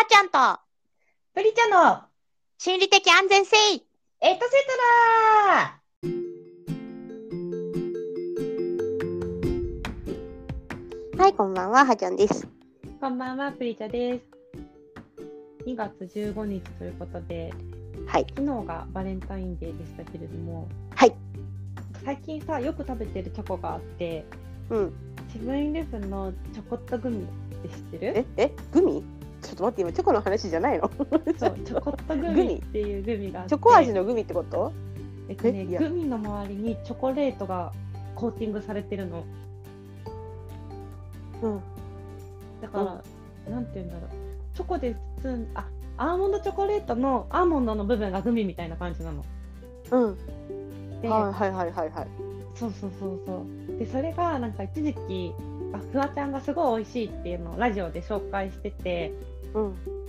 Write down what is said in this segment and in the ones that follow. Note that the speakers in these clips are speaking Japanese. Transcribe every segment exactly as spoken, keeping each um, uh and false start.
ちゃんとプリちゃんの心理的安全性エトセトラ。 はい、こんばんは、はちゃんです。 こんばんは、プリちゃんです。にがつじゅうごにちということで、 はい、 昨日がバレンタインデーでしたけれども、 はい、 最近さ、よく食べてるチョコがあって、 うん、 セブンイレブンのチョコットグミって知ってる？ え、え、グミ？ちょっと待って、今チョコの話じゃないの？ そう、チョコットグミっていうグミがあって、 チョコ味のグミってこと？ えっとね、 えいやグミの周りにチョコレートがコーティングされてるの。 うん、 だから、なんて言うんだろう、チョコで包んあアーモンドチョコレートのアーモンドの部分がグミみたいな感じなの。 うん、 で、 はいはいはいはいはい。 そうそうそうそうでそれがなんか一時期あフワちゃんがすごい美味しいっていうのをラジオで紹介してて、 うん、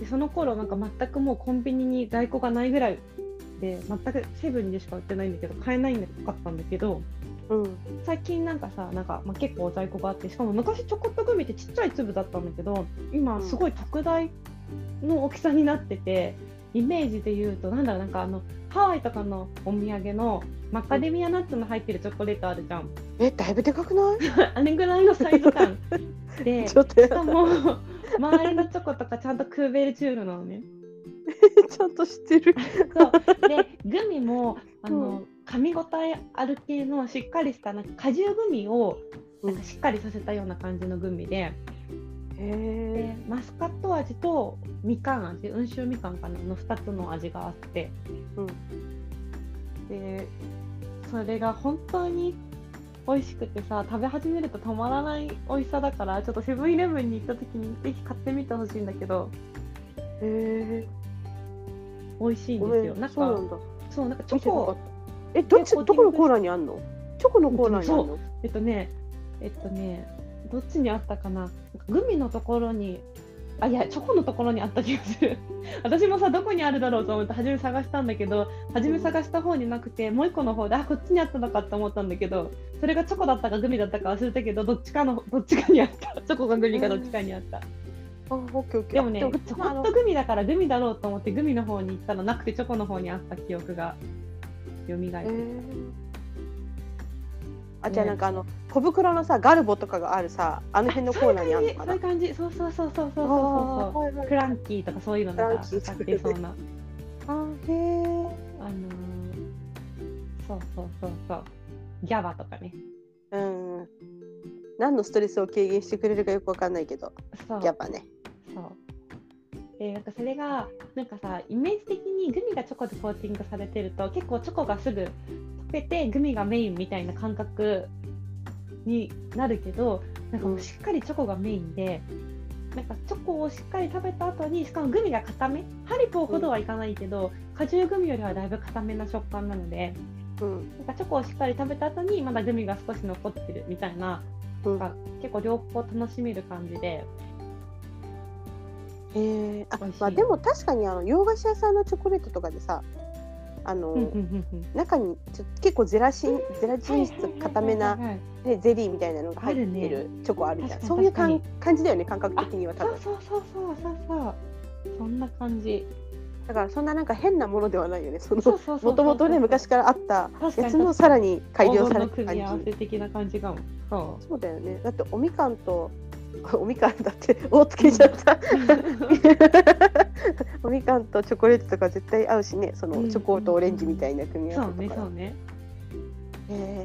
でその頃なんか全くもうコンビニに在庫がないぐらいで、全くセブンでしか売ってないんだけど買えないんだかったんだけど、 うん、 最近なんかさなんか、まあ、結構在庫があって、しかも昔チョコットグミってちっちゃい粒だったんだけど、今すごい特大の大きさになってて、イメージで言うとなんだろう、なんかあのハワイとかのお土産のマカデミアナッツの入ってるチョコレートあるじゃん。 え、だいぶでかくない？ あれぐらいのサイズ感で、 ちょっとやしかも周りのチョコとかちゃんとクーベルチュールなのね。 ちゃんと知ってる。 そうでグミもあの、 うん噛み応えある系のしっかりしたなんか果汁グミをうんなんかしっかりさせたような感じのグミで、 へでえ、 マスカット味とみかん味、温州みかんかなのふたつの味があって、 うん、 でそれが本当に美味しくてさ、食べ始めると止まらない美味しさだから、ちょっとセブンイレブンに行った時にぜひ買ってみてほしいんだけど、 へえ、 美味しいんごめん、 ですよ。なんかそうなんだ。 そうなんかチ見てなかっョコた。え、どっち、 でコーティングどこのコーナーにあんの？チョコのコーナーにあんの？ えっとねえっとねどっちにあったかな、なんかグミのところに、あ、いやチョコのところにあった気がする私もさどこにあるだろうと思って初め探したんだけど、初め探した方になくて、もう一個の方であこっちにあったのかって思ったんだけど、それがチョコだったかグミだったか忘れたけど、どっちかのどっちかにあったチョコかグミかどっちかにあった。 あ、オッケーオッケー。 でもね、 あチョコットグミだからグミだろうと思ってグミの方に行ったらなくて、チョコの方にあった記憶が蘇ってきた。 えーあ、じゃあなんかあの小袋のさガルボとかがあるさ、あの辺のコーナーにあるのかな？ そういう感じ、そういう感じ、そうそうそうそうそうそうあーはいはいクランキーとかそういうのがクランキー買ってそうな、 あ、へえ。 あのー、そうそうそうそうギャバとかね。 うん。何のストレスを軽減してくれるかよくわかんないけど、 そうやっぱね。 そうでなんかそれがなんかさ、イメージ的にグミがチョコでコーティングされてると結構チョコがすぐ溶けてグミがメインみたいな感覚になるけど、なんかもうしっかりチョコがメインで、なんかチョコをしっかり食べた後に、しかもグミが固め、ハリポーほどはいかないけど、果汁グミよりはだいぶ固めな食感なので、 うん。 なんかチョコをしっかり食べた後にまだグミが少し残ってるみたいな、 うんなんか結構両方楽しめる感じで、 へえ。あ、 美味しい。 まあでも確かにあの洋菓子屋さんのチョコレートとかでさ、あのうんうんうんうん中にちょ結構ゼラチンゼラチン質固めなはいはいはいはいねゼリーみたいなのが入ってあるるチョコあるじゃん。 確かにそういうかん確感じだよね、感覚あ的には多分。 そうそうそうそうそうそうそんな感じ。 だからそんななんか変なものではないよね。そのそうそうそうそうもともとね昔からあった確かにやつのさらに改良黄金のされた組み合わ感じ。 せ的な感じかも。そそうだよね。だっておみかんとおみかんだって大つけちゃった。おみかんとチョコレートとか絶対合うしね。そのうんチョコとオレンジみたいな組うそうみ合わせとか。 ねそうね。 へ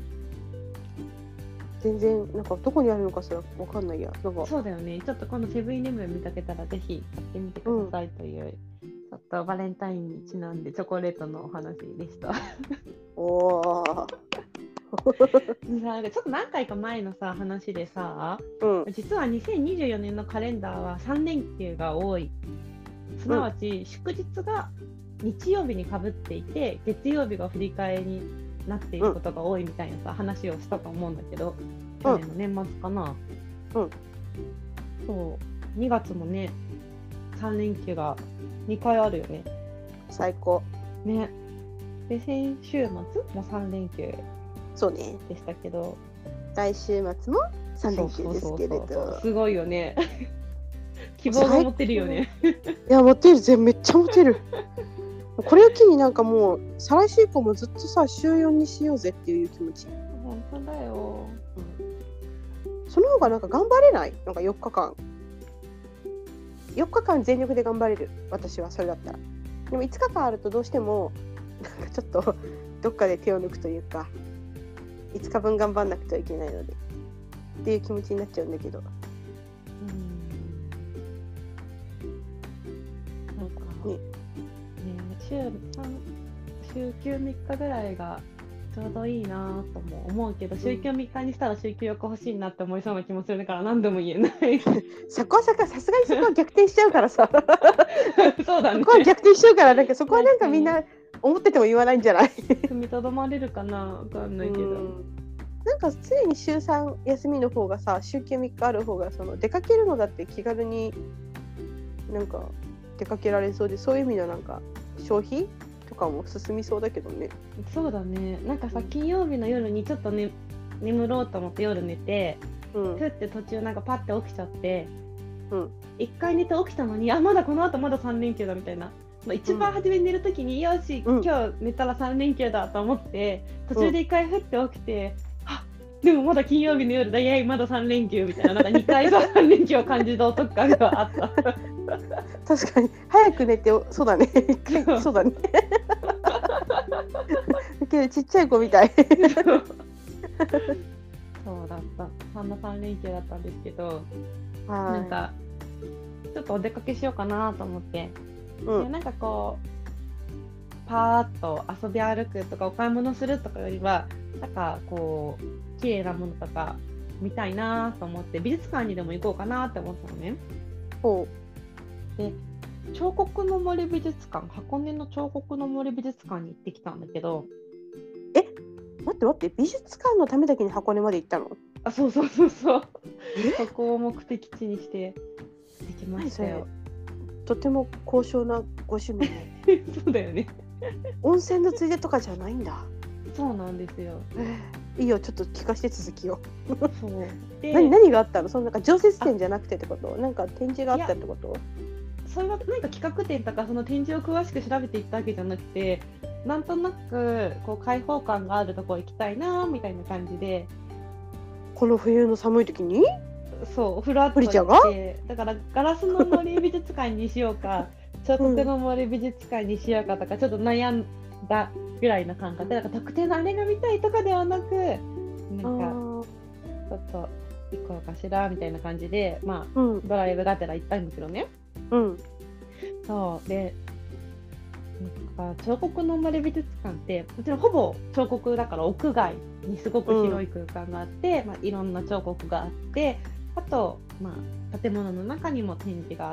ー全然なんかどこにあるのかすらわかんないや。なんかそうだよね。ちょっと今度セブンイレブン見かけたらぜひ買ってみてくださいという、ちょっとバレンタインにちなんでチョコレートのお話でした。 おーでさなんかちょっと何回か前のさ話でさ、 うん実はにせんにじゅうよねんのカレンダーはさん連休が多い。すなわち祝日が日曜日にかぶっていて、月曜日が振り替えになっていることが多いみたいなさ、話をしたと思うんだけど、去年の年末かな。 うんそうにがつもねさん連休がにかいあるよね。 最高。 ねで先週末もさん連休そうね。 でしたけど、 来週末もさん連休ですけれそうそうそうそうど。 すごいよね希望が持てるよね。 いや持てる、全めっちゃ持てる。これを機になんかもう再来週以降もずっとさ週よんにしようぜっていう気持ち。 本当だよ、 うん、その方がなんか頑張れない？なんかよっかかんよっかかん全力で頑張れる、私はそれだったら。でもいつかかんあるとどうしてもなんかちょっとどっかで手を抜くというか、いつかぶん頑張んなくてはいけないのでっていう気持ちになっちゃうんだけど、 うんなんかねね週さん週休みっかぐらいがちょうどいいなとも思うけど、週休みっかにしたら週休よっか欲しいなって思いそうな気もするから何度も言えないそこはささすがにそこは逆転しちゃうからさそうだね、 そこは逆転しちゃうから、なんかそこはなんかみんな思ってても言わないんじゃない踏みとどまれるかな、わかんないけど、 なんか常に週さん休みの方がさ、週休みっかある方がその出かけるのだって気軽になんか出かけられそうで、そういう意味ではなんか消費とかも進みそうだけどね。 そうだね、なんかさ金曜日の夜にちょっと、ね、眠ろうと思って夜寝て、 うん、 ふって途中なんかパッて起きちゃって、 うん、 一回寝て起きたのに、あまだこの後まださん連休だみたいな、まあ、一番初めに寝るときに、うん、よし、今日寝たらさん連休だと思って途中で一回ふって起きて、うん、あでもまだ金曜日の夜だ、いやまださん連休みたいな、なんかにかいさん連休を感じたとかがあった確かに早く寝て、そうだねそうだねけどちっちゃい子みたいそうそうだった、そんなさん連休だったんですけど、 はい、 なんかちょっとお出かけしようかなと思って、うん、でなんかこうパーッと遊び歩くとかお買い物するとかよりは、なんかこう綺麗なものとか見たいなと思って美術館にでも行こうかなって思ったのね。 ほうで彫刻の森美術館、箱根の彫刻の森美術館に行ってきたんだけど、 え待って待って、美術館のためだけに箱根まで行ったの？ あ、そうそうそうそうそこを目的地にしてできましたよ。 とても高尚なご趣味そうだよね温泉のついでとかじゃないんだ。 そうなんですよ。 いいよ、ちょっと聞かせて続きをそうで何何があったの？そのなんか常設展じゃなくてってこと？なんか展示があったってこと？ それはなんか企画展とかその展示を詳しく調べていったわけじゃなくて、なんとなくこう開放感があるところ行きたいなみたいな感じで、 この冬の寒い時にそうフラッと行って、だからガラスの森美術館にしようか彫刻の森美術館にしようかとかちょっと悩んだぐらいの感覚で、なんか特定のあれが見たいとかではなく、なんかちょっと行こうかしらみたいな感じで、まあ、うん、ドライブがてら行ったんですよね。 うん、 そうで、なんか彫刻の森美術館ってもちろんほぼ彫刻だから屋外にすごく広い空間があって、うんまあ、いろんな彫刻があって、あと、まあ、建物の中にも展示があって、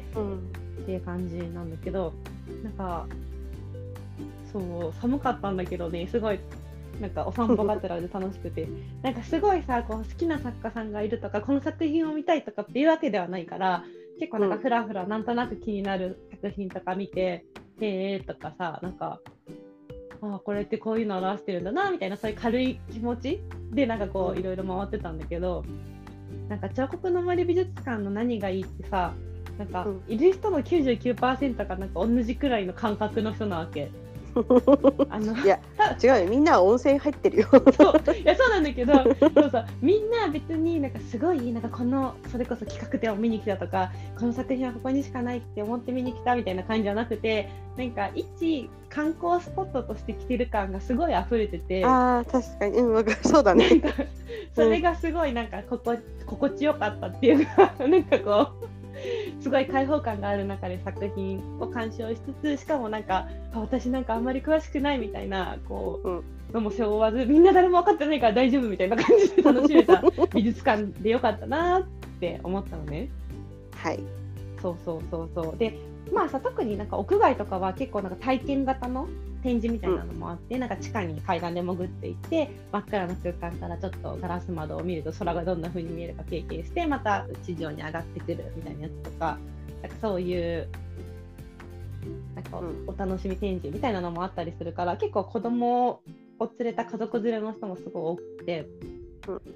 うん、っていう感じなんだけど、なんかそう寒かったんだけどね、すごいなんかお散歩がてらで楽しくてなんかすごいさこう好きな作家さんがいるとかこの作品を見たいとかっていうわけではないから、結構なんかフラフラなんとなく気になる作品とか見て、うん、へーとかさ、なんかあこれってこういうのを表してるんだなみたいな、そういう軽い気持ちでなんかこういろいろ回ってたんだけど、なんか彫刻の森美術館の何がいいってさ、なんかいる人の きゅうじゅうきゅうパーセント がなんか同じくらいの感覚の人なわけ。 あのいや違うよ、みんなは温泉入ってるよそういやそうなんだけどそうそうみんな別になんかすごいなんかこのそれこそ企画展を見に来たとか、この作品はここにしかないって思って見に来たみたいな感じじゃなくて、なんか一観光スポットとして来てる感がすごい溢れてて、 あー確かに、うん、そうだねそれがすごいなんかここ心地よかったっていうかなんかこうすごい開放感がある中で作品を鑑賞しつつ、しかもなんか私なんかあんまり詳しくないみたいなこう、うん、のも背負わず、みんな誰も分かってないから大丈夫みたいな感じで楽しめた美術館でよかったなって思ったのね。 はいそうそうそうそうで、まあさ特になんか屋外とかは結構なんか体験型の展示みたいなのもあって、うん、なんか地下に階段で潜っていって真っ暗な空間からちょっとガラス窓を見ると空がどんな風に見えるか経験して、また地上に上がってくるみたいなやつとか、なんかそういうなんかお楽しみ展示みたいなのもあったりするから、結構子供を連れた家族連れの人もすごい多くて、うん、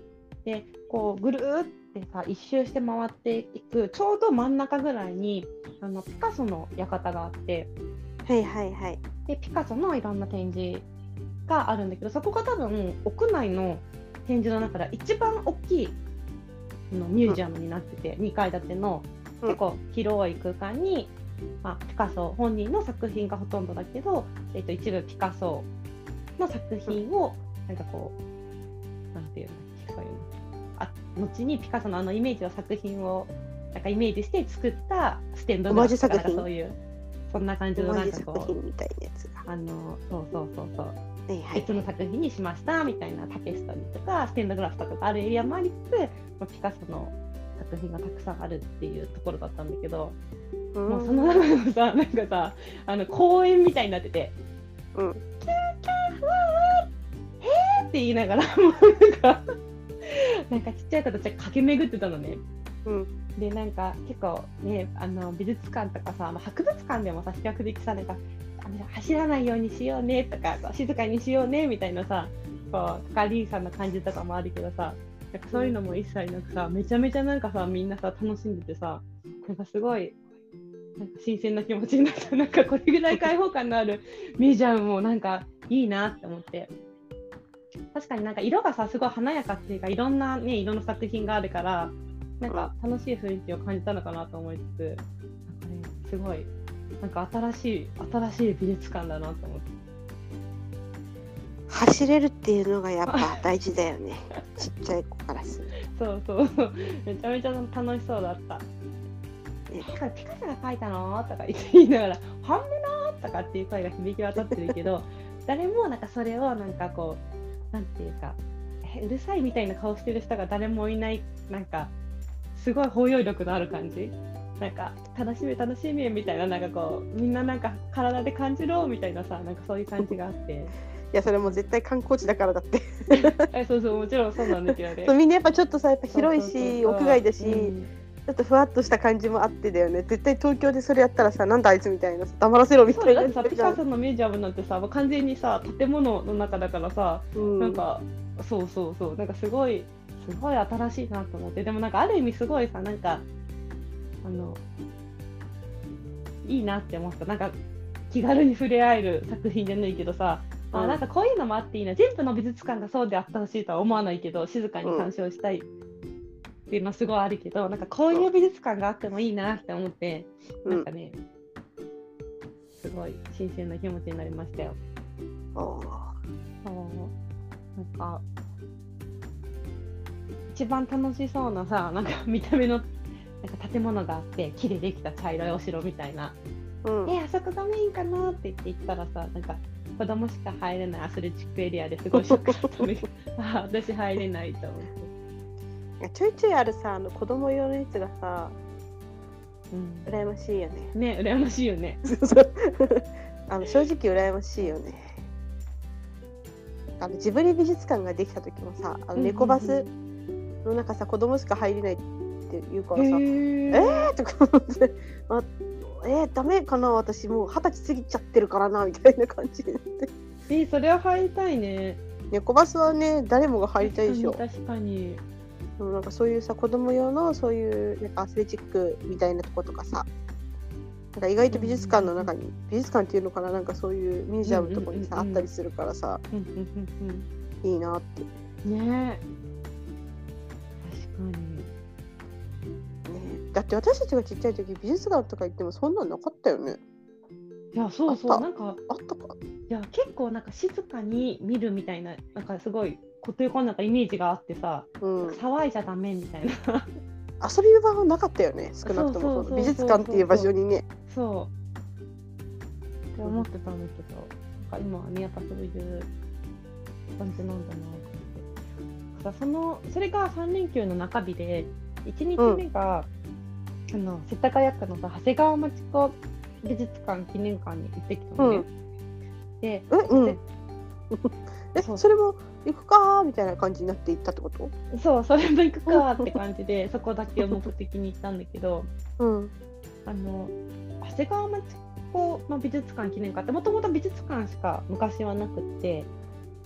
でこうぐるーってさ一周して回っていくちょうど真ん中ぐらいにあのピカソの館があって、 はいはいはい。 でピカソのいろんな展示があるんだけど、そこが多分屋内の展示の中で一番大きいのミュージアムになってて、うん、にかい建ての結構広い空間に、まあ、ピカソ本人の作品がほとんどだけど、えー、と一部ピカソの作品をなんかこうなんていうんだっけ、そういうのあ後にピカソのあのイメージの作品をなんかイメージして作ったステンドグラスとかそういうそんな感じのなんかこう作品みたいなやつがあのそうそうそうそう、 はいはいはい、 別の作品にしましたみたいなタペストリーとかステンドグラスとかがあるエリアもありつつ、ピカソの作品がたくさんあるっていうところだったんだけど、うん、もうその中のさなんかさあの公園みたいになってて、うん、キャーキャーフワーへーって言いながらもうなんかなんかちっちゃい子たちが駆け巡ってたのね。うん、でなんか結構ねあの美術館とかさ、まあ、博物館でもさ比較的さなんか走らないようにしようねとか静かにしようねみたいなさこうカリーさんの感じとかもあるけどさ、なんかそういうのも一切なくさ、めちゃめちゃなんかさみんなさ楽しんでてさ、なんかすごいなんか新鮮な気持ちになった。なんかこれぐらい開放感のあるミュージアムもなんかいいなって思って、確かになんか色がさすごい華やかっていうかいろんなね色の作品があるからなんか楽しい雰囲気を感じたのかなと思いつつ、なんかねすごいなんか新しい新しい美術館だなと思って。 走れるっていうのがやっぱ大事だよねちっちゃい子からするとそうそうそう、めちゃめちゃ楽しそうだった、ね、ピカピカソが描いたのとか言いながら本物とかっていう声が響き渡ってるけど誰もなんかそれをなんかこうなんていうかえうるさいみたいな顔してる人が誰もいない、なんかすごい包容力のある感じ、なんか楽しみ楽しみみたいな、なんかこうみんななんか体で感じろみたいなさ、なんかそういう感じがあっていやそれも絶対観光地だからだってえそうそうもちろんそうなんだけどねそうみんなやっぱちょっとさやっぱ広いし屋外だし、うん、ちょっとふわっとした感じもあってだよね。絶対東京でそれやったらさなんだあいつみたいな黙らせろみたいな。 そうだってさピカソのミュージアムなんてさ完全にさ建物の中だからさ、うん、なんかそうそうそうなんかすごいすごい新しいなと思って、でもなんかある意味すごいさなんかあのいいなって思った。なんか気軽に触れ合える作品じゃないけどさ、うん、あなんかこういうのもあっていいな、全部の美術館がそうであってほしいとは思わないけど静かに鑑賞したいっていうのはすごいあるけど、うん、なんかこういう美術館があってもいいなって思って、うん、なんかねすごい新鮮な気持ちになりましたよ。なんか一番楽しそうなさなんか見た目のなんか建物があって木でできた茶色いお城みたいな、うん、えあそこがメインかなって言って行ったらさなんか子供しか入れないアスレチックエリアですごいショックだったのにあ私入れないと思って。 ちょいちょいあるさあの子供用のやつがさ、うん、羨ましいよね。 ね羨ましいよねあの正直羨ましいよね。あのジブリ美術館ができた時もさあの猫バスの中さ子供しか入れないって言うからさ、えーとか思ってあえー、ダメかな私もう二十歳過ぎちゃってるからなみたいな感じになってえー、それは入りたいね。 猫バスはね誰もが入りたいでしょ。 確かになんかそういうさ子供用のそういうなんかアスレチックみたいなとことかさなんか意外と美術館の中に、うん、美術館っていうのかななんかそういうミュージアムのとこにさ、うんうんうんうん、あったりするからさ、うんうんうんうん、いいなってね確かに、 ね、だって私たちがちっちゃい時美術館とか行ってもそんなんなかったよね。 いやそうそうなんかあったかいや結構なんか静かに見るみたいななんかすごいこというこんなんかイメージがあってさ、うん、騒いじゃダメみたいな遊び場はなかったよね少なくとも美術館っていう場所にね。 そうって思ってたんだけど、なんか今はねやっぱそういう感じなんだなと思ってさそのそれがさん連休の中日でいちにちめが、うん、あの世田谷区のさ長谷川町子美術館記念館に行ってきたのね、うん、で、うん、 えそそれも行くかみたいな感じになって行ったってこと？ そうそれも行くかって感じでそこだけを目的に行ったんだけど、うん、あの長谷川町子の美術館記念館ってもともと美術館しか昔はなくって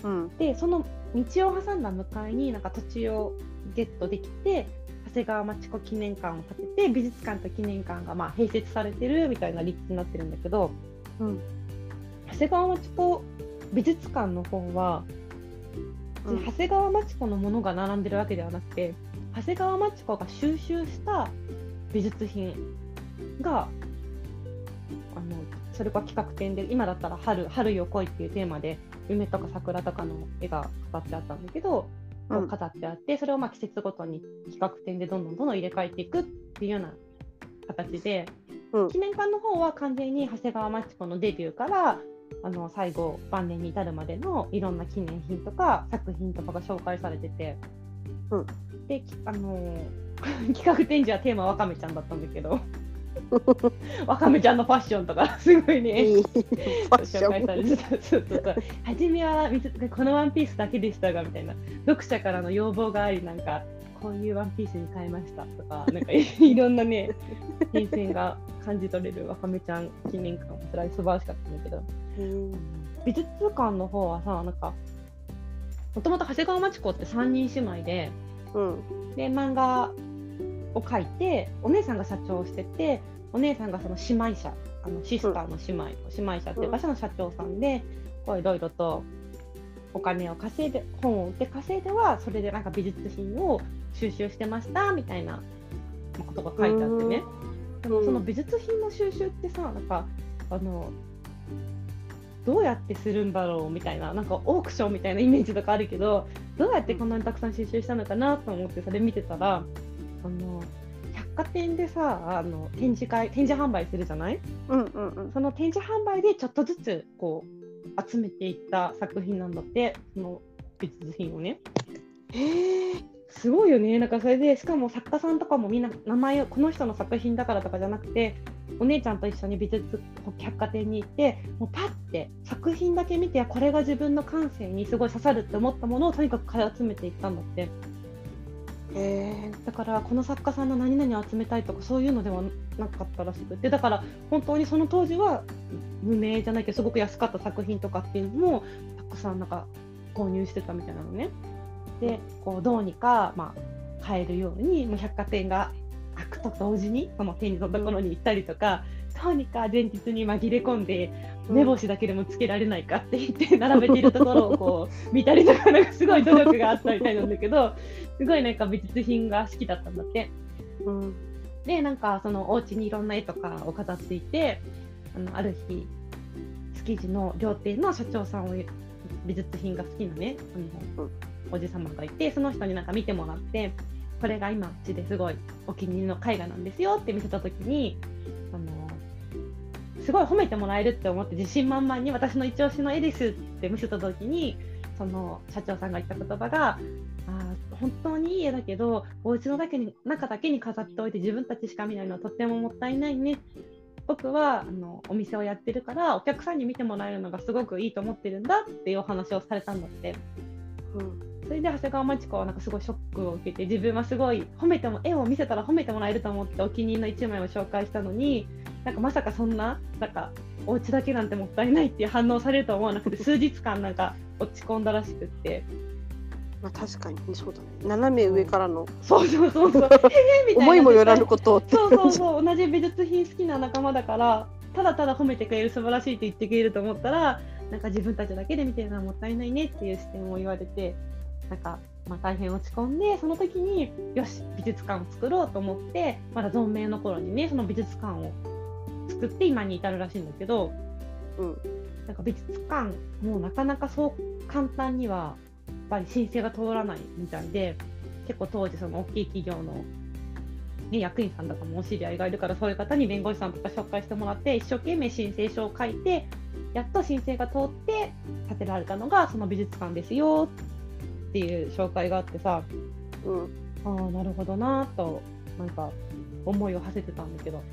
うんでその道を挟んだ向かいになんか土地をゲットできて、長谷川町子記念館を建てて美術館と記念館がまあ併設されてるみたいな立地になってるんだけど、 うん長谷川町子美術館の方は、 うん長谷川町子のものが並んでるわけではなくて、長谷川町子が収集した美術品があのそれが企画展で、今だったら春春よ来いっていうテーマで梅とか桜とかの絵が飾ってあったんだけど、こう飾ってあって、それをまあ季節ごとに企画展でどんどんどんどん入れ替えていくっていうような形で、 うん記念館の方は完全に長谷川町子のデビューからあの最後晩年に至るまでのいろんな記念品とか作品とかが紹介されてて、 うん、 できあのー、企画展示はテーマわかめちゃんだったんだけどわかめちゃんのファッションとかすごいねいいファッシ紹介ョンされてた。そうそうそう初めはこのワンピースだけでしたがみたいな、読者からの要望があり、なんかこういうワンピースに変えましたとか、なんかいろんなね変遷が感じ取れるわかめちゃん記念館もそれは素晴らしかったんだけど、 うん美術館の方はさ、なんかもともと長谷川町子ってさんにん姉妹で、 うんで漫画を描いて、お姉さんが社長をしてて、お姉さんがその姉妹社、あのシスターの姉妹、姉妹社っていう会社の社長さんで、こういろいろとお金を稼いで、本を売って稼いでは、それでなんか美術品を収集してましたみたいなことが書いてあってね。でもその美術品の収集ってさ、なんかあのどうやってするんだろうみたいな、なんかオークションみたいなイメージとかあるけど、どうやってこんなにたくさん収集したのかなと思ってそれ見てたら、あの百貨店でさ、あの展示会展示販売するじゃない？ うんうんうんその展示販売でちょっとずつこう集めていった作品なんだって、その美術品をね。 へえすごいよね。なんかそれでしかも作家さんとかもみんな名前をこの人の作品だからとかじゃなくて、お姉ちゃんと一緒に美術百貨店に行って、もうパッて作品だけ見て、これが自分の感性にすごい刺さるって思ったものをとにかく買い集めていったんだって。 へだからこの作家さんの何々を集めたいとかそういうのではなかったらしくて、だから本当にその当時は無名じゃないけどすごく安かった作品とかっていうのもたくさんなんか購入してたみたいなのね。でこうどうにか、まあ、買えるようにもう百貨店が開くと同時にその展示のところに行ったりとか、どうにか前日に紛れ込んで目星だけでもつけられないかって言って並べているところをこう見たりとか、なんかすごい努力があったみたいなんだけど、すごいなんか美術品が好きだったんだって。 うん、 でなんかそのお家にいろんな絵とかを飾っていて、あのある日築地の料亭の社長さんを美術品が好きなね、あの、うん、おじ様がいて、その人になんか見てもらって、これが今うちですごいお気に入りの絵画なんですよって見せたときに、あのすごい褒めてもらえるって思って自信満々に私の一押しの絵ですって見せたときに、その社長さんが言った言葉が、あ本当にいい絵だけどお家のだけに中だけに飾っておいて自分たちしか見ないのはとってももったいないね。僕はあのお店をやってるからお客さんに見てもらえるのがすごくいいと思ってるんだっていうお話をされたんだって。うん、それで長谷川町子はなんかすごいショックを受けて、自分はすごい褒めても絵を見せたら褒めてもらえると思ってお気に入りのいちまいを紹介したのに、なんかまさかそんななんかお家だけなんてもったいないっていう反応されると思わなくて、数日間なんか落ち込んだらしくって。 まあ、確かにそうだね。斜め上からの、 そうそうそうそうえー、みたいな思いもよらぬことをそうそうそう同じ美術品好きな仲間だからただただ褒めてくれる、素晴らしいって言ってくれると思ったら、なんか自分たちだけで見てるのはもったいないねっていう視点を言われて、なんか、まあ、大変落ち込んで、その時によし美術館を作ろうと思って、まだ存命の頃にねその美術館を作って今に至るらしいんだけど、 うん、 なんか美術館もなかなかそう簡単にはやっぱり申請が通らないみたいで、結構当時その大きい企業の、ね、役員さんとかもお知り合いがいるから、そういう方に弁護士さんとか紹介してもらって一生懸命申請書を書いて、やっと申請が通って建てられたのがその美術館ですよっていう紹介があってさ、うん、ああなるほどなとなんか思いを馳せてたんだけど、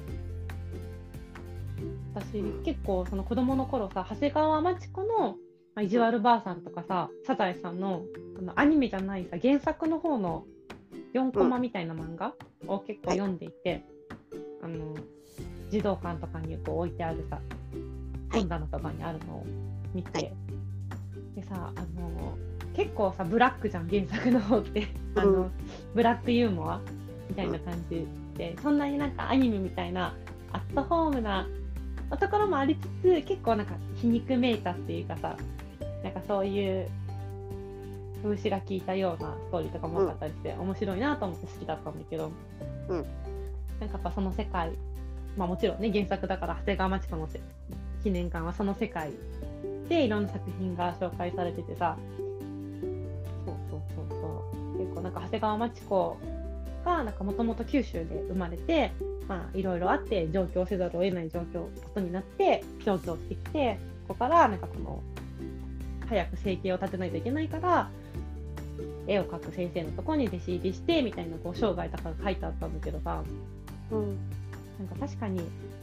私結構その子供の頃さ、長谷川町子の意地悪ばあさんとかさ、サザエさん の, あのアニメじゃないさ原作の方のよんコマみたいな漫画を結構読んでいて、うん、あの児童館とかにこう置いてあるさ本棚とかにあるのを見て、はい、 でさ、あの結構さブラックじゃん原作の方ってあの、 うん、 ブラックユーモアみたいな感じで、そんなになんかアニメみたいなアットホームなところもありつつ、結構なんか皮肉めいたっていうかさ、なんかそういう風刺が効いたようなストーリーとかも多かったりして、面白いなと思って好きだったんだけど、 うん、 なんかやっぱその世界、まあもちろんね原作だから長谷川町子の記念館はその世界でいろんな作品が紹介されててさ、そうそうそうそう、結構なんか長谷川町子がなんかもともと九州で生まれて、まあいろいろあって上京せざるを得ない状況ことになって上京してきて、ここからなんかこの早く生計を立てないといけないから絵を描く先生のところに弟子入りしてみたいなこう生涯とかが書いてあったんだけどさ、 うん、 なんか確かに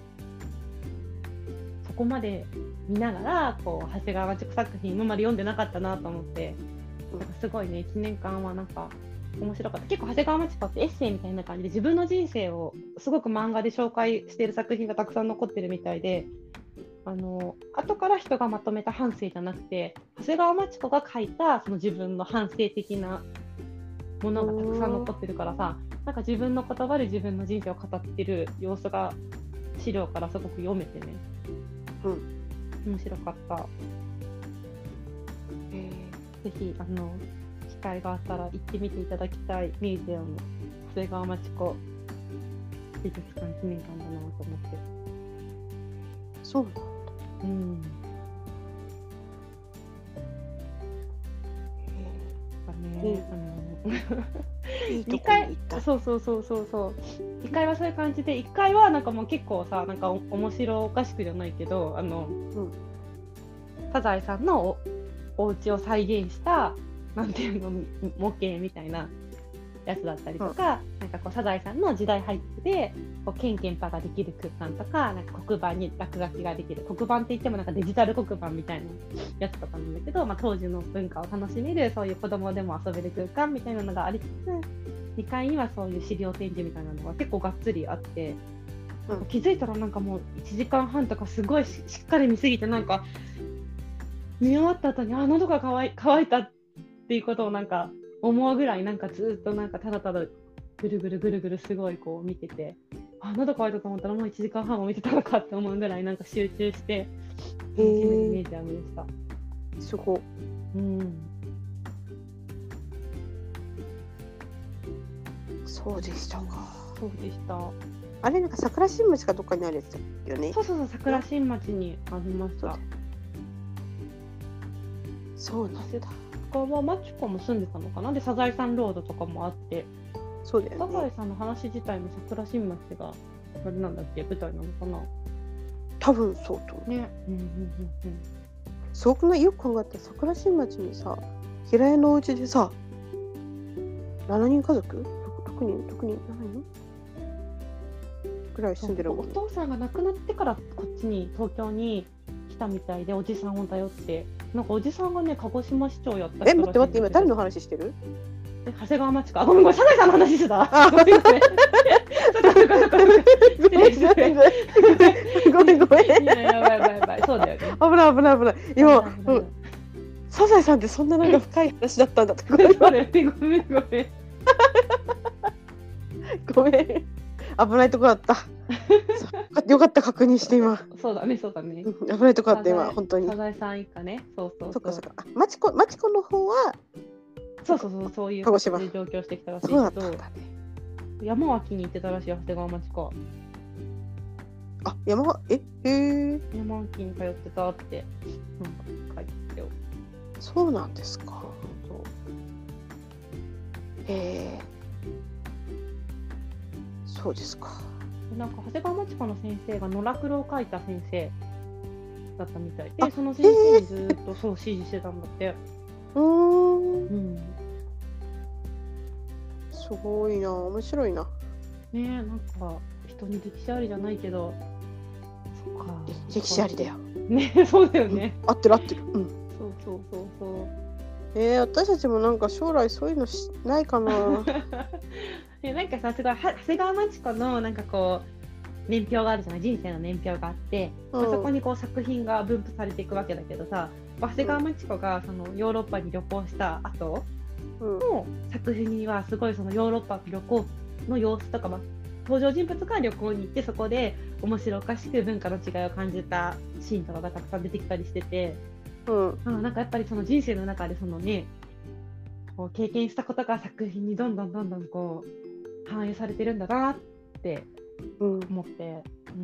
そこまで見ながらこう長谷川町子作品今まで読んでなかったなと思って、なんかすごいね記念館はなんか面白かった。結構長谷川町子ってエッセイみたいな感じで自分の人生をすごく漫画で紹介している作品がたくさん残ってるみたいで、あの後から人がまとめた半生じゃなくて長谷川町子が書いたその自分の反省的なものがたくさん残ってるからさ、なんか自分の言葉で自分の人生を語ってる様子が資料からすごく読めてね、 うん、 面白かった。えー、ぜひあの機会があったら行ってみていただきたいミュージアム、長谷川町子美術館記念館だなと思って。 そうなんだ。 うん。ね、あのいいとにこに行った。 そうそうそうそうそう。にかいはそういう感じで、いっかいはなんかもう結構さ、なんかお面白おかしくじゃないけど、あの、 うん、 サザエさんの お, お家を再現したなんていうの模型みたいなやつだったりとか、うん、なんかこうサザエさんの時代背景でこうケンケンパができる空間とか、なんか黒板に落書きができる、黒板って言ってもなんかデジタル黒板みたいなやつとかなんだけど、まあ、当時の文化を楽しめるそういう子供でも遊べる空間みたいなのがありつつ、にかいにはそういう資料展示みたいなのが結構がっつりあって、うん、気づいたらなんかもういちじかんはんとかすごい し, しっかり見すぎて、なんか見終わった後にあ喉が渇い乾いたっていうことをなんか思うぐらい、なんかずっとなんかただただぐるぐるぐるぐるすごいこう見てて、あ喉乾いたと思ったらもういちじかんはんも見てたのかって思うぐらいなんか集中して楽しめるイメージアムでした。 すごい。 うん。 そうでしたか。 そうでした。 あれなんか桜新町かどっかにあるやつだよね。 そうそうそう、桜新町にありました。 そうなんだ。 ここはマチコも住んでたのかな。でサザエさんロードとかもあって、 そうだよね。 サザエさんの話自体も桜新町があれなんだっけ、舞台なのかな。 多分そうと思う。 ね。うんうんうんうん。 すごくない？よく考えたら桜新町にさ、平屋のお家でさ、しちにん家族？ろくにん、ろくにん、しちにんぐらい住んでるもんね。 お父さんが亡くなってからこっちに東京に来たみたいで、おじさんを頼って、なんかおじさんがね鹿児島市長やった人らしいんだけど。 え、待って待って、今誰の話してる？ え、長谷川町子。あ、ごめんごめん、サザエさんの話してた。ごめんごめん。 ごめんごめん。 いや、やばいやばいやばい。そうだよね。 危ない危ない危ない。今、うん、サザエさんってそんななんか深い話だったんだって。 ごめんごめんごめんごめん。 ごめん。危ないとこだった。よかった、確認して今。 そうだねそうだね。 危ないとこだった今、本当に。 サザエさん一家ね。そうそうそう。 そっかそっか。マチコマチコの方は。 そうそうそう、そういう鹿児島で上京してきたらしいけど、 そうだったんだね。 山脇に行ってたらしいよ、長谷川町子。 あ、山はえへえ。 山脇に通ってたってなんか書いてたよ。 そうなんですか。 そうへえ。そうですか。 なんか長谷川町子の先生が野良黒を書いた先生だったみたいで、その先生にずっとそう指示してたんだって。 うーん。 うん。 すごいな、面白いな。 ねえ、なんか人に歴史ありじゃないけど、そっか。 歴史ありだよ。 ねえ、そうだよね。 うん、合ってる合ってる。うん。 そうそうそうそう。 えー、私たちもなんか将来そういうのしないかな。 え、なんかさ、すごい長谷川町子のなんかこ年表があるじゃない、人生の年表があって、 うんまあ、そこにこう作品が分布されていくわけだけどさ、長谷川町子がそのヨーロッパに旅行した後うんの作品にはすごいそのヨーロッパの旅行の様子とか、まあ、登場人物が旅行に行ってそこで面白おかしく文化の違いを感じたシーンとかがたくさん出てきたりしてて、 うんあのなんかやっぱりその人生の中でそのねこう経験したことが作品にどんどんどんどんこう反映されてるんだなってうん思って、うん、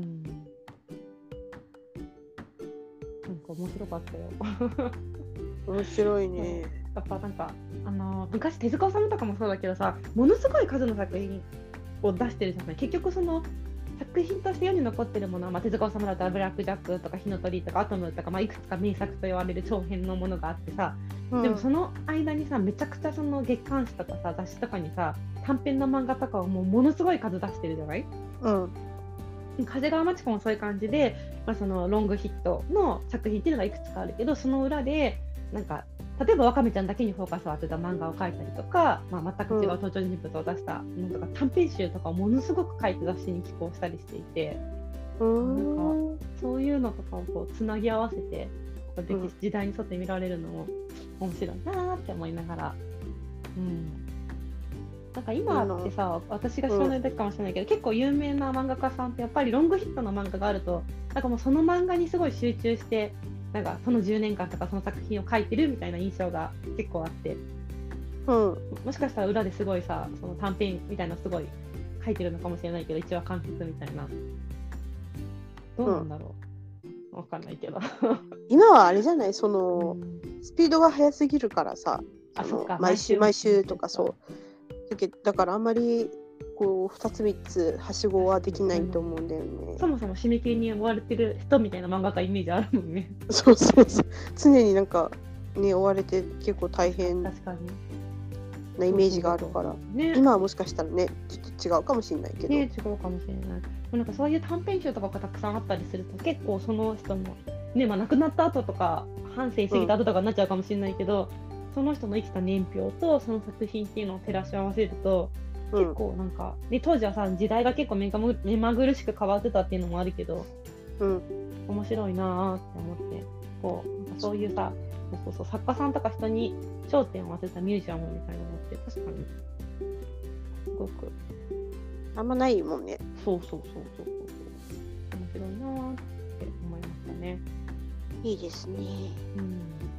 なんか面白かったよ。 面白いね。 やっぱなんか、あのー昔手塚治虫とかもそうだけどさ、ものすごい数の作品を出してるじゃない。結局その作品として世に残ってるものは、まあ、手塚治虫だったらブラック・ジャックとか火の鳥とかアトムとか、まあ、いくつか名作と言われる長編のものがあってさ、 うんでもその間にさめちゃくちゃその月刊誌とかさ雑誌とかにさ短編の漫画とかをもうものすごい数出してるじゃない。 うん風川町子もそういう感じで、まあ、そのロングヒットの作品っていうのがいくつかあるけど、その裏でなんか例えばワカメちゃんだけにフォーカスを当てた漫画を描いたりとか、まあ、全く違う登場人物を出したものとか、短編集とかをものすごく書いて雑誌に寄稿したりしていて、 うなんんかそういうのとかをこうつなぎ合わせて歴史時代に沿って見られるのも面白いなーって思いながら、うん、なんか今ってさ、私が知らないだけかもしれないけど、結構有名な漫画家さんってやっぱりロングヒットの漫画があるとなんかもうその漫画にすごい集中してなんかそのじゅうねんかんとかその作品を描いてるみたいな印象が結構あって、 うんもしかしたら裏ですごいさその短編みたいなのすごい描いてるのかもしれないけど、一話完結みたいな、どうなんだろう、わかんないけど今はあれじゃない、そのうんスピードが速すぎるからさ、そのあそっか毎週毎毎週週とかそうだけだからあんまりこうふたつみっつはしごはできないと思うんだよね。 そもそも締め切りに追われてる人みたいな漫画家イメージあるもんね。 そうそうそう、常になんかね追われて結構大変な確かにイメージがあるから、 ね、 今はもしかしたらねちょっと違うかもしれないけど、 ね、違うかもしれない。でもなんかそういう短編集とかがたくさんあったりすると結構その人の、ねまあ、亡くなった後とか半生過ぎた後とかになっちゃうかもしれないけど、うん、その人の生きた年表とその作品っていうのを照らし合わせると、うん、結構なんか、ね、当時はさ時代が結構目が目まぐるしく変わってたっていうのもあるけど、 うん、 面白いなーって思ってこうなんかそういうさそうそうそう作家さんとか人に焦点を当てたミュージアムみたいなのって確かにすごくあんまないもんね。 そうそうそうそうそう面白いなーって思いましたね。 いいですね。 うん、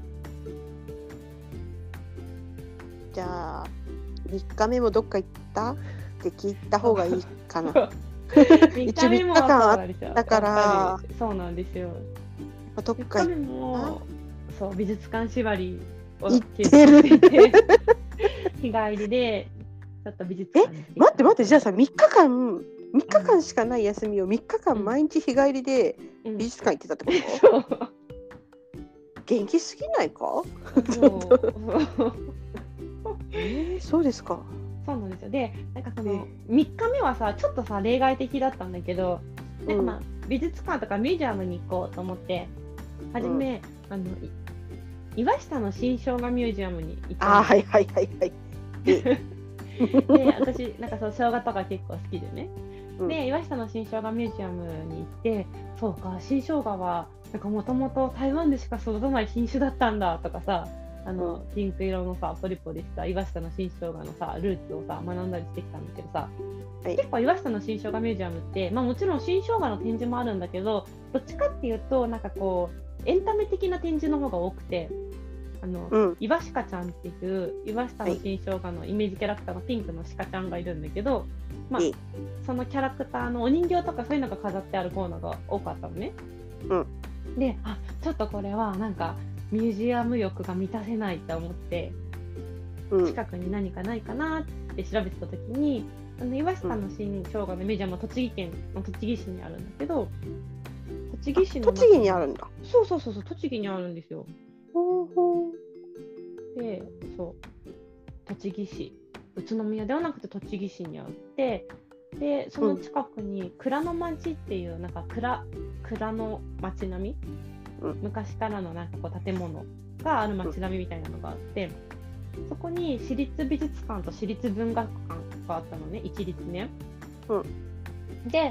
じゃあみっかめもどっか行ったって聞いた方がいいかな。一応みっかかんあったからそうなんですよ。 どっか行った？ もそう美術館縛りを行ってる日帰りでちょっと美術館に。 え待って待って、じゃあさみっかかんみっかかんしかない休みをみっかかん毎日日帰りで美術館行ってたってこと？うん、そう元気すぎないか？そうえー、そうですか。 そうなんですよ。で、なんかそのみっかめはさ、ちょっとさ例外的だったんだけど、なんかまあ、うん、美術館とかミュージアムに行こうと思って、はじめ、うん、あの岩下の新生姜ミュージアムに行った。 あ、はいはいはいはい。 で、私なんかそう生姜とか結構好きでね。うん、で、岩下の新生姜ミュージアムに行って、そうか新生姜はなんかもともと台湾でしか育たない品種だったんだとかさ。あのピンク色のさポリポリした岩下の新生姜のさルーツをさ学んだりしてきたんだけどさ、はい、結構岩下の新生姜ミュージアムって、まあ、もちろん新生姜の展示もあるんだけど、どっちかっていうとなんかこうエンタメ的な展示の方が多くて、あの、うん、岩鹿ちゃんっていう岩下の新生姜のイメージキャラクターのピンクの鹿ちゃんがいるんだけど、まあ、そのキャラクターのお人形とかそういうのが飾ってあるコーナーが多かったのね。うん、で、あちょっとこれはなんかミュージアム欲が満たせないと思って、うん、近くに何かないかなって調べてた時に、あの岩下の新生姜のミュージアムは栃木県の栃木市にあるんだけど、栃木市の栃木にあるんだ。 そうそうそうそう、栃木にあるんですよ。ほうほう。で、そう栃木市、宇都宮ではなくて栃木市にあって、でその近くに蔵の町っていうなんか蔵蔵の町並み。昔からのなんかこう建物がある街並みみたいなのがあって、そこに市立美術館と市立文学館があったのね、一律ね。うん、で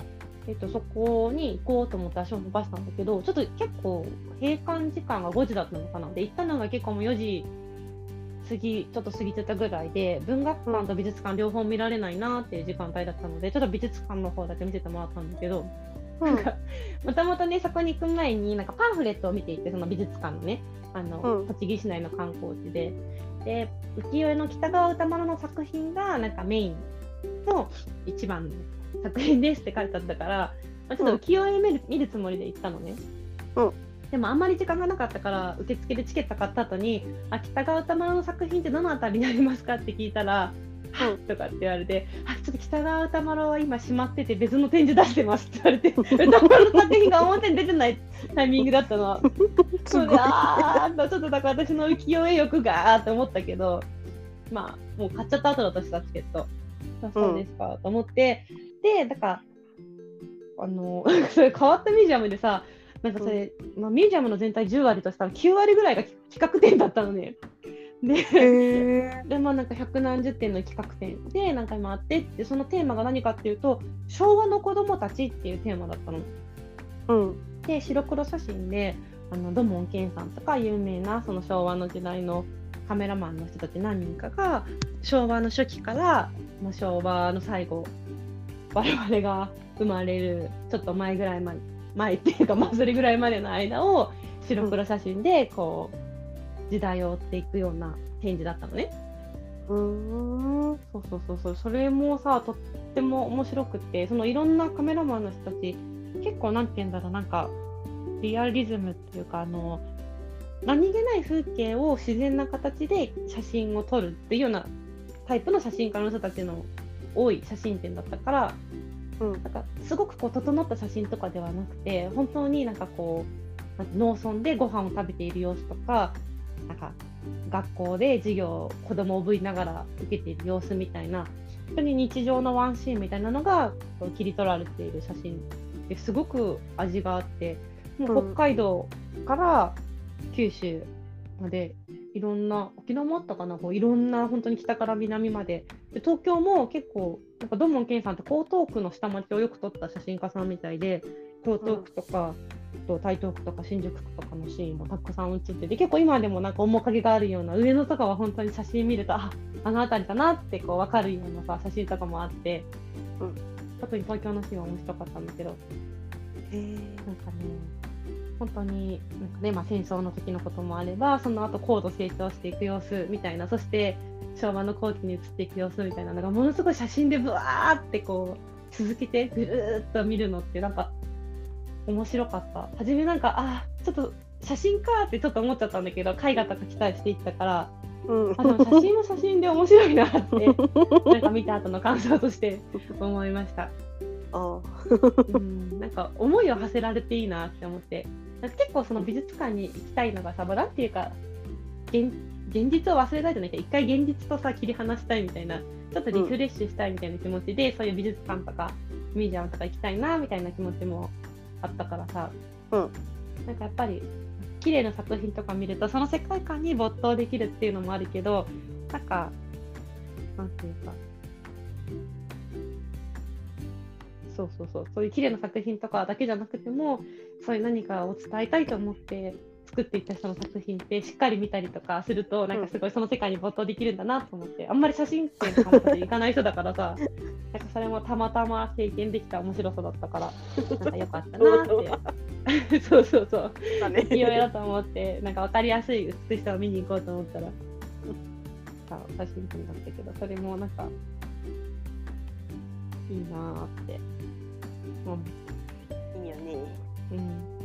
えっと、そこに行こうと思って足を伸ばしたんだけど、ちょっと結構閉館時間がごじだったのかな。で、行ったのが結構もうよじ過ぎ、ちょっと過ぎてたぐらいで、文学館と美術館両方見られないなっていう時間帯だったので、ちょっと美術館の方だけ見せてもらったんだけど、なんかもともとね、そこに行く前になんかパンフレットを見ていて、その美術館のね、あの、 うん栃木市内の観光地で、で浮世絵の北川歌丸の作品がなんかメインの一番の作品ですって書いてあったから、まあ、ちょっと浮世絵見る、見るつもりで行ったのね。 うんでもあんまり時間がなかったから受付でチケット買った後にあ北川歌丸の作品ってどのあたりになりますかって聞いたら、 うんとかって言われて、あちょっと北川歌丸は今閉まってて別の展示出してますって言われて歌丸の作品が表に出てないタイミングだったの。 すごい。 あーちょっとだから私の浮世絵欲がーって思ったけど、まあもう買っちゃった後だとしたチケット、あそうですか、と思って、でだからあのそれ変わったミュージアムでさ、なんかそれ、まあ、ミュージアムの全体じゅうわりとしたらきゅうわりぐらいが企画展だったのね。で、でまあなんか百何十点の企画展でなんか今あってって、そのテーマが何かっていうと昭和の子供たちっていうテーマだったの。 うん、で白黒写真であの土門健さんとか有名なその昭和の時代のカメラマンの人たち何人かが昭和の初期から、まあ、昭和の最後我々が生まれるちょっと前ぐらいまで前っていうか、まあ、それぐらいまでの間を白黒写真でこう時代を追っていくような展示だったのね。 うーんそうそうそうそう、それもさとっても面白くて、そのいろんなカメラマンの人たち結構なんて言うんだろう、なんかリアリズムっていうか、あの何気ない風景を自然な形で写真を撮るっていうようなタイプの写真家の人たちの多い写真展だったから、 うん、 なんかすごくこう整った写真とかではなくて、本当になんかこう農村でご飯を食べている様子とか、なんか学校で授業を子供を覚えながら受けている様子みたいな、本当に日常のワンシーンみたいなのがこう切り取られている写真ですごく味があって、もう北海道から九州までいろんな、沖縄もあったかな、こういろんな本当に北から南まで、で東京も結構なんか土門健さんって江東区の下町をよく撮った写真家さんみたいで、江東区とか、うん、台東区とか新宿区とかのシーンもたくさん写ってて、結構今でもなんか面影があるような、上野とかは本当に写真見るとああの辺りだなってこう分かるようなさ写真とかもあって、うん、特に東京のシーンは面白かったんだけど、へーなんかね本当になんか、ねまあ、戦争の時のこともあれば、その後高度成長していく様子みたいな、そして昭和の後期に移っていく様子みたいなのがものすごい写真でブワーってこう続けてぐるーっと見るのってなんか面白かった。初めなんかあちょっと写真かってちょっと思っちゃったんだけど、絵画とか期待していったから、うん、あでも写真も写真で面白いなってなんか見た後の感想として思いました。あうん、なんか思いを馳せられていいなって思って、結構その美術館に行きたいのがさ、なんていうか 現, 現実を忘れたいじゃないか、一回現実とさ切り離したいみたいな、ちょっとリフレッシュしたいみたいな気持ちで、うん、そういう美術館とかミュージアムとか行きたいなみたいな気持ちもあったからさ、うん、なんかやっぱり綺麗な作品とか見るとその世界観に没頭できるっていうのもあるけど、なんかなんていうかそうそうそう、そういう綺麗な作品とかだけじゃなくても、そういう何かを伝えたいと思って作っていった人の作品ってしっかり見たりとかすると、なんかすごいその世界に没頭できるんだなと思って、あんまり写真展とかも行かない人だからさ、なんかそれもたまたま経験できた面白さだったから、なんか良かったなってそうそうそう、勢いだと思って、なんか分かりやすい美しさを見に行こうと思ったら、写真展だったけど、それもなんかいいなーって。 うん、いいよね。 うん、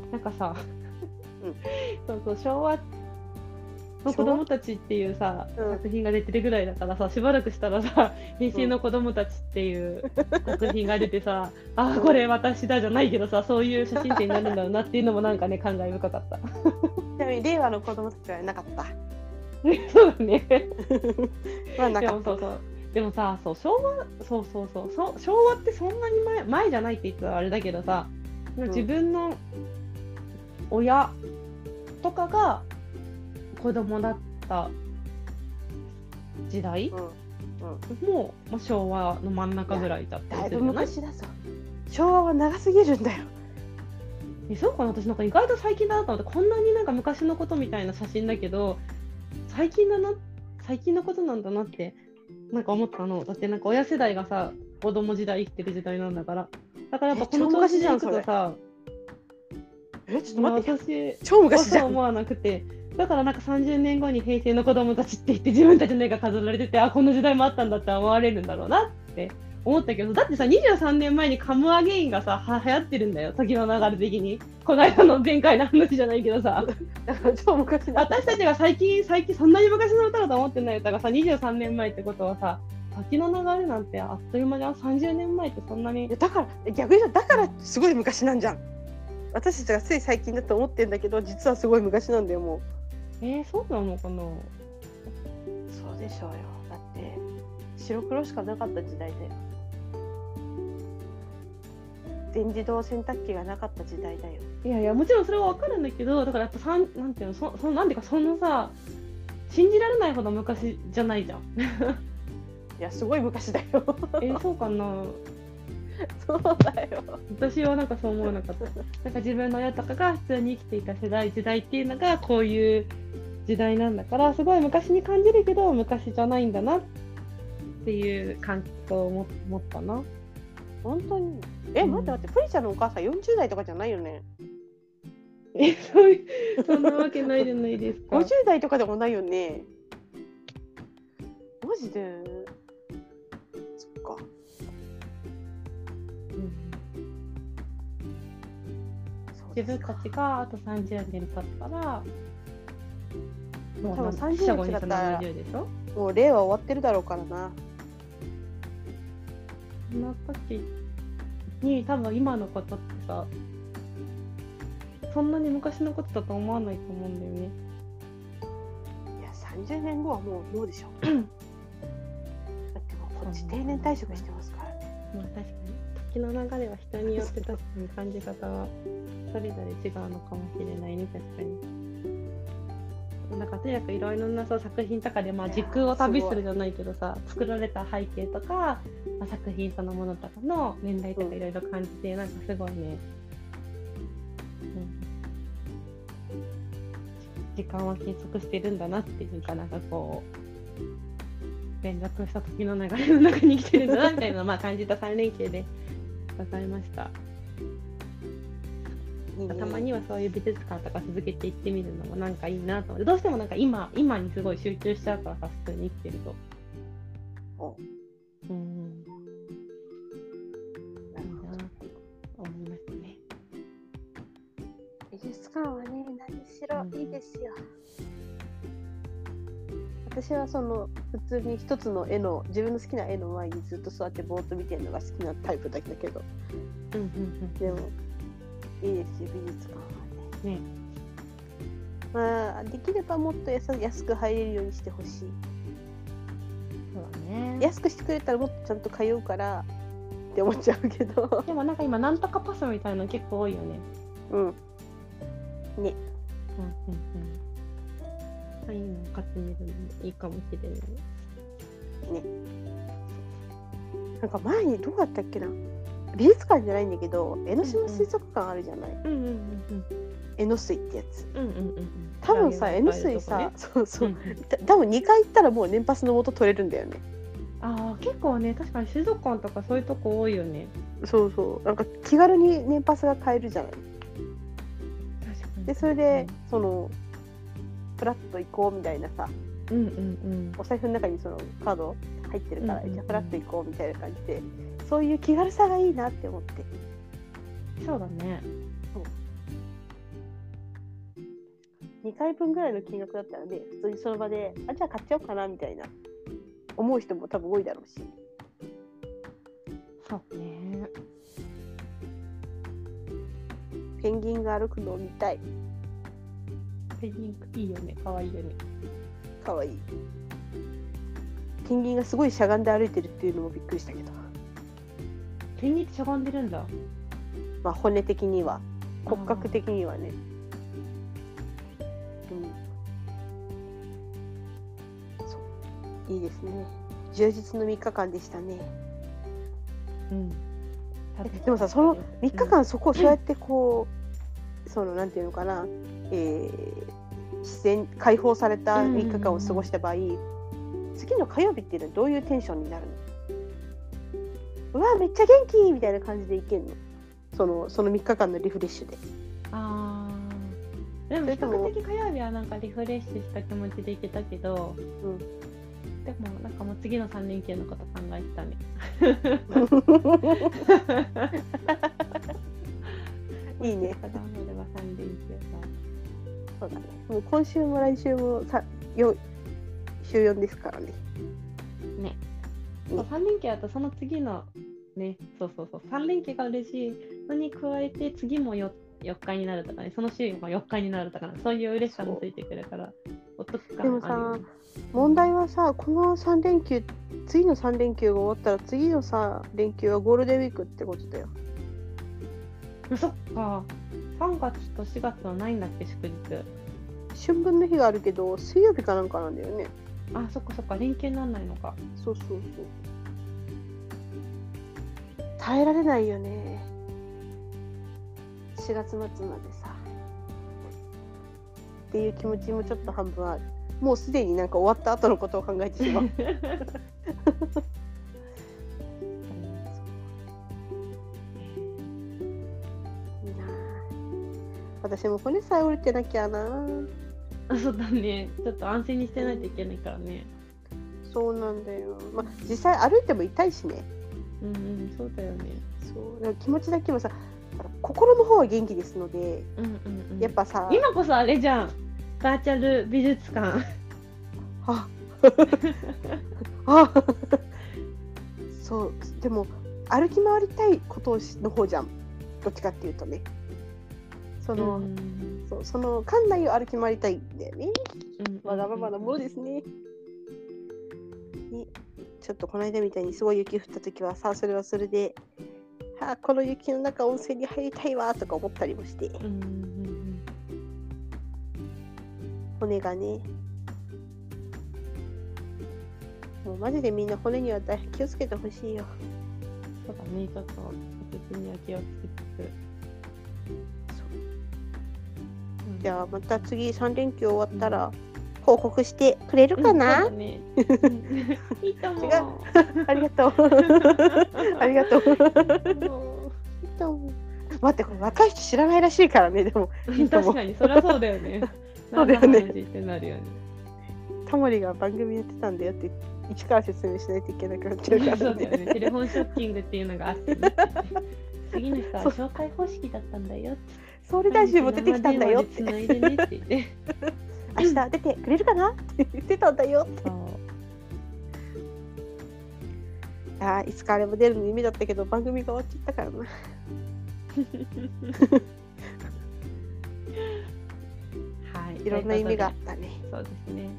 なんかさ、うん、そうそう昭和の子供たちっていうさ、うん、作品が出てるぐらいだからさ、しばらくしたらさ平成の子供たちっていう作品が出てさ、うん、ああこれ私だじゃないけどさ、そういう写真展になるんだろうなっていうのもなんかね感慨深かった。 ちなみに令和の子供たちはなかった。 そうだね。 まあなかった。 でもそうそう。でもさ、そう昭和、そうそうそう、そう昭和ってそんなに 前, 前じゃないって言ったらあれだけどさ、自分の親とかが子供だった時代、うんうん、もう、まあ、昭和の真ん中ぐらいだったりするじゃない？ だいぶ昔だぞ。 昭和は長すぎるんだよ。 え、そうかな、私なんか意外と最近だなと思って、こんなになんか昔のことみたいな写真だけど、最近だな、最近のことなんだなってなんか思ったの。だってなんか親世代がさ、子供時代生きてる時代なんだから。だからやっぱこの調子でいくとさ、 え、ちょっと待って、 私超昔じゃん。 そう思わなくて、だからなんかさんじゅうねんごに平成の子供たちって言って自分たちの絵が飾られてて、あ、この時代もあったんだって思われるんだろうなって思ったけど、だってさ、にじゅうさんねんまえにカムアゲインがさ、は流行ってるんだよ、時の流れ的に。この間の前回の話じゃないけどさ、 だから超昔だ。 私たちが最近、最近そんなに昔の歌だと思ってない歌がさ、にじゅうさんねんまえってことはさ、時の流れなんてあっという間じゃん。さんじゅうねんまえってそんなに。 いやだから逆に言うとだからすごい昔なんじゃん。私たちがつい最近だと思ってんだけど、実はすごい昔なんだよ、もう。 えー、そうなのかな。 そうでしょうよ。だって白黒しかなかった時代で、全自動洗濯機がなかった時代だよ。 いやいや、もちろんそれは分かるんだけど、だからやっぱさん、なんていうの、そそなんていうか、そのさ、信じられないほど昔じゃないじゃん。 いやすごい昔だよ。 えー、そうかな。 そうだよ。 私はなんかそう思わなかった。なんか自分の親とかが普通に生きていた世代時代っていうのがこういう時代なんだから、すごい昔に感じるけど昔じゃないんだなっていう感想を持ったな。 本当に。え、待って待って、プリちゃんのお母さんよんじゅう代とかじゃないよね。 え、そういう、そんなわけないじゃないですか。 ごじゅう代とかでもないよね。マジで。そっか。 うん、自分たちがあとさんじゅうねん経ったら、もう多分さんじゅうねんだったらななじゅうでしょ。 もう令和終わってるだろうからな。 その時に多分今のことってさ、そんなに昔のことだと思わないと思うんだよね。 いやさんじゅうねんごはもうもうでしょ。だってもうこっち定年退職してますからね。 まあ確かに時の流れは人によって確かに感じ方はそれぞれ違うのかもしれないね。確かに。なんかとにかくいろいろなさ作品とかで、まあ、時空を旅するじゃないけどさ、作られた背景とか、まあ、作品そのものとかの年代とかいろいろ感じて、うん、なんかすごいね、うん、時間は計測してるんだなっていうか、なんかこう連絡した時の流れの中に生きてるんだなみたいなまあ感じたさん連休でございました。たまにはそういう美術館とか続けていってみるのもなんかいいなと思って、どうしてもなんか今今にすごい集中しちゃうからさ、普通に生きてると。うん。いいなと思いますね。 美術館はね、何しろいいですよ。うん、私はその普通に一つの絵の自分の好きな絵の前にずっと座ってぼーっと見てるのが好きなタイプだけど、 うんうんうん、 でもいいですよ、美術館はね。ね、まあできればもっと安安く入れるようにしてほしい。 そうだね。 安くしてくれたらもっとちゃんと通うからって思っちゃうけど。 でもなんか今なんとかパスみたいなの結構多いよね。 うん。ね。 うんうんうん。ああいうのを買ってみるのもいいかもしれない。 ね。なんか前にどうだったっけな。美術館じゃないんだけど、江ノ島水族館あるじゃない。うんうんうんうん。江ノ水ってやつ。うんうんうん。多分さ、江ノ水さ、ね、そうそう。うんうん、多分にかい行ったらもう年パスの元取れるんだよね。 ああ、結構ね、確かに水族館とかそういうとこ多いよね。 そうそう。なんか気軽に年パスが買えるじゃない。確かに。でそれで、うん、そのフラッと行こうみたいなさ。うんうんうん。お財布の中にそのカード入ってるから、うんうんうん、じゃあフラッと行こうみたいな感じで。そういう気軽さがいいなって思って。 そうだね。そうにかいぶんぐらいの金額だったらね、普通にその場で、あ、じゃあ買っちゃおうかなみたいな思う人も多分多いだろうし。 そうね。 ペンギンが歩くのを見たい。 ペンギンいいよね、かわいいよね。 かわいい。ペンギンがすごいしゃがんで歩いてるっていうのもびっくりしたけど。 ペンギンってしゃがんでるんだ。 まあ骨的には、骨格的にはね。うん。そう。いいですね。充実のみっかかんでしたね。 うん。 でもさ、そのみっかかんそこをそうやってこう、そのなんていうのかな、えー、自然解放されたみっかかんを過ごした場合、次の火曜日っていうのはどういうテンションになるの？うわめっちゃ元気みたいな感じでいけんの？そのそのみっかかんのリフレッシュで。 あーでも比較的火曜日はなんかリフレッシュした気持ちでいけたけど、うん、でもなんかもう次のさん連休のこと考えてたね。 いいね。 それはさん連休か。 そうだね。もう今週も来週もさよ週よんですからね。 ね。そうさん連休だとその次のね、そうそうそうさん連休が嬉しいのに加えて次も 4, 4日になるとかね、その週もよっかになるとか、そういう嬉しさもついてくるからお得感あるよね。 でもさ、問題はさ、このさん連休、次のさん連休が終わったら次のさ連休はゴールデンウィークってことだよ。 そっか、さんがつとしがつはないんだっけ、祝日。 春分の日があるけど水曜日かなんかなんだよね。 あ、そっかそっか、連休にならないのか。 そうそうそう。耐えられないよね。しがつ末までさ。っていう気持ちもちょっと半分ある。もうすでになんか終わった後のことを考えてしまう。いいな。私も骨さえ折れてなきゃな。 あ、そうだね。ちょっと安静にしてないといけないからね。 そうなんだよ。まあ実際歩いても痛いしね。 うんうん、そうだよね。 そうだから気持ちだけもさ、心の方は元気ですので、うんうんうん、やっぱさ、 今こそあれじゃん、バーチャル美術館。 ああそうでも歩き回りたいことの方じゃん、どっちかっていうとね。その、うん、そうその館内を歩き回りたいんだよね。わがままなものですね。ね、ちょっとこの間みたいにすごい雪降った時はさ、それはそれで、はあ、この雪の中温泉に入りたいわとか思ったりもして、うんうんうん、骨がね、もうマジでみんな骨には気をつけてほしいよ。 そうだね、ちょっと骨には気をつけつつ。 じゃあまた次さん連休終わったら、うん報告してくれるかな、 うんね、いいと思う。 違うありがとうありがとういいと思う。待って、これ若い人知らないらしいからね。でもいいと思う。確かにそりゃそうだよね。 そうだよね。 ってなるよね。 タモリが番組やってたんだよって一から説明しないといけなくなっちゃうからね。 そうだよね。テレフォンショッキングっていうのがあって、ね、次の人は紹介方式だったんだよ。 総理大臣も出てきたんだよって。 つないでねって言って。 明日出てくれるかなって言ってたんだよって。あ、いつかあれも出るの夢だったけど番組が終わっちゃったからな。はい、いろんな夢があったね。 そうですね。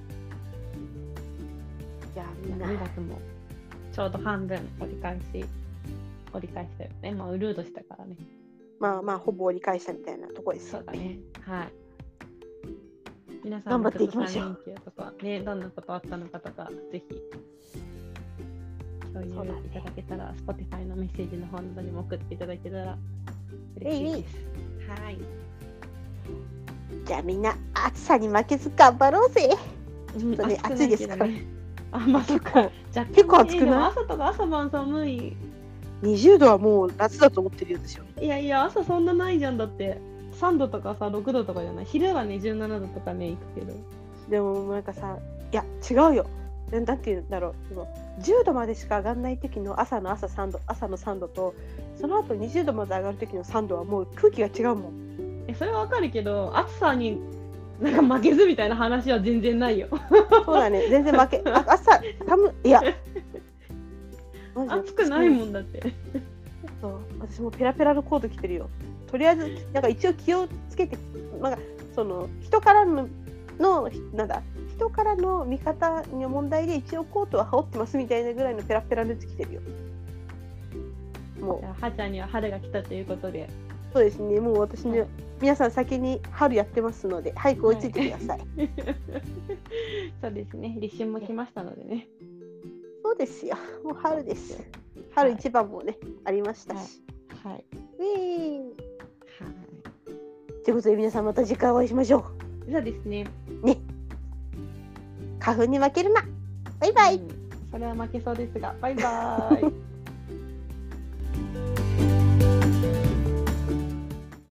じゃあみんな。 にがつもちょうど半分折り返し折り返したよね。まあウルードしたからね。 まあまあほぼ折り返したみたいなところですよね。 そうだね。はい。皆さん頑張っていきましょう。 とかね、どんなことあったのかとかぜひ共有いただけたら、ね、Spotify のメッセージの方などにも送っていただけたら嬉しいです。はい。 じゃあみんな暑さに負けず頑張ろうぜ。ちょっとね、暑いですから。 あ、まあそっか。 結構暑くない？ 朝とか朝晩寒い。 にじゅうどはもう夏だと思ってるよ私は。 いやいや、朝そんなないじゃん。だってさんどとかさ、ろくどとかじゃない。昼はねじゅうななどとかね行くけど。 でもなんかさ、いや違うよ。なんていうんだろう。でもじゅうどまでしか上がらない時の朝の朝さんど、朝のさんどとその後にじゅうどまで上がる時のさんどはもう空気が違うもん。 え、それはわかるけど、暑さになんか負けずみたいな話は全然ないよ。 そうだね、全然負け。あ、朝寒いや。 暑くないもんだって。 そう、私もペラペラのコート着てるよ。とりあえずなんか一応気をつけて、なんかその人からののなんだ人からの見方の問題で一応コートは羽織ってますみたいなぐらいのペラペラのやつ着てるよ。もう。 じゃあはちゃんには春が来たということで。 そうですね。もう私ね、はい、皆さん先に春やってますので早く追いついてください。はい、 そうですね。立春も来ましたのでね。 そうですよ。もう春です。春一番もね、はい、ありましたし。 はい。 ウィーはい。 ということで皆さんまた次回お会いしましょそうですね。 う。ね。花粉に負けるな。バイバイ。 うんそれは負けそうですが、バイバイ。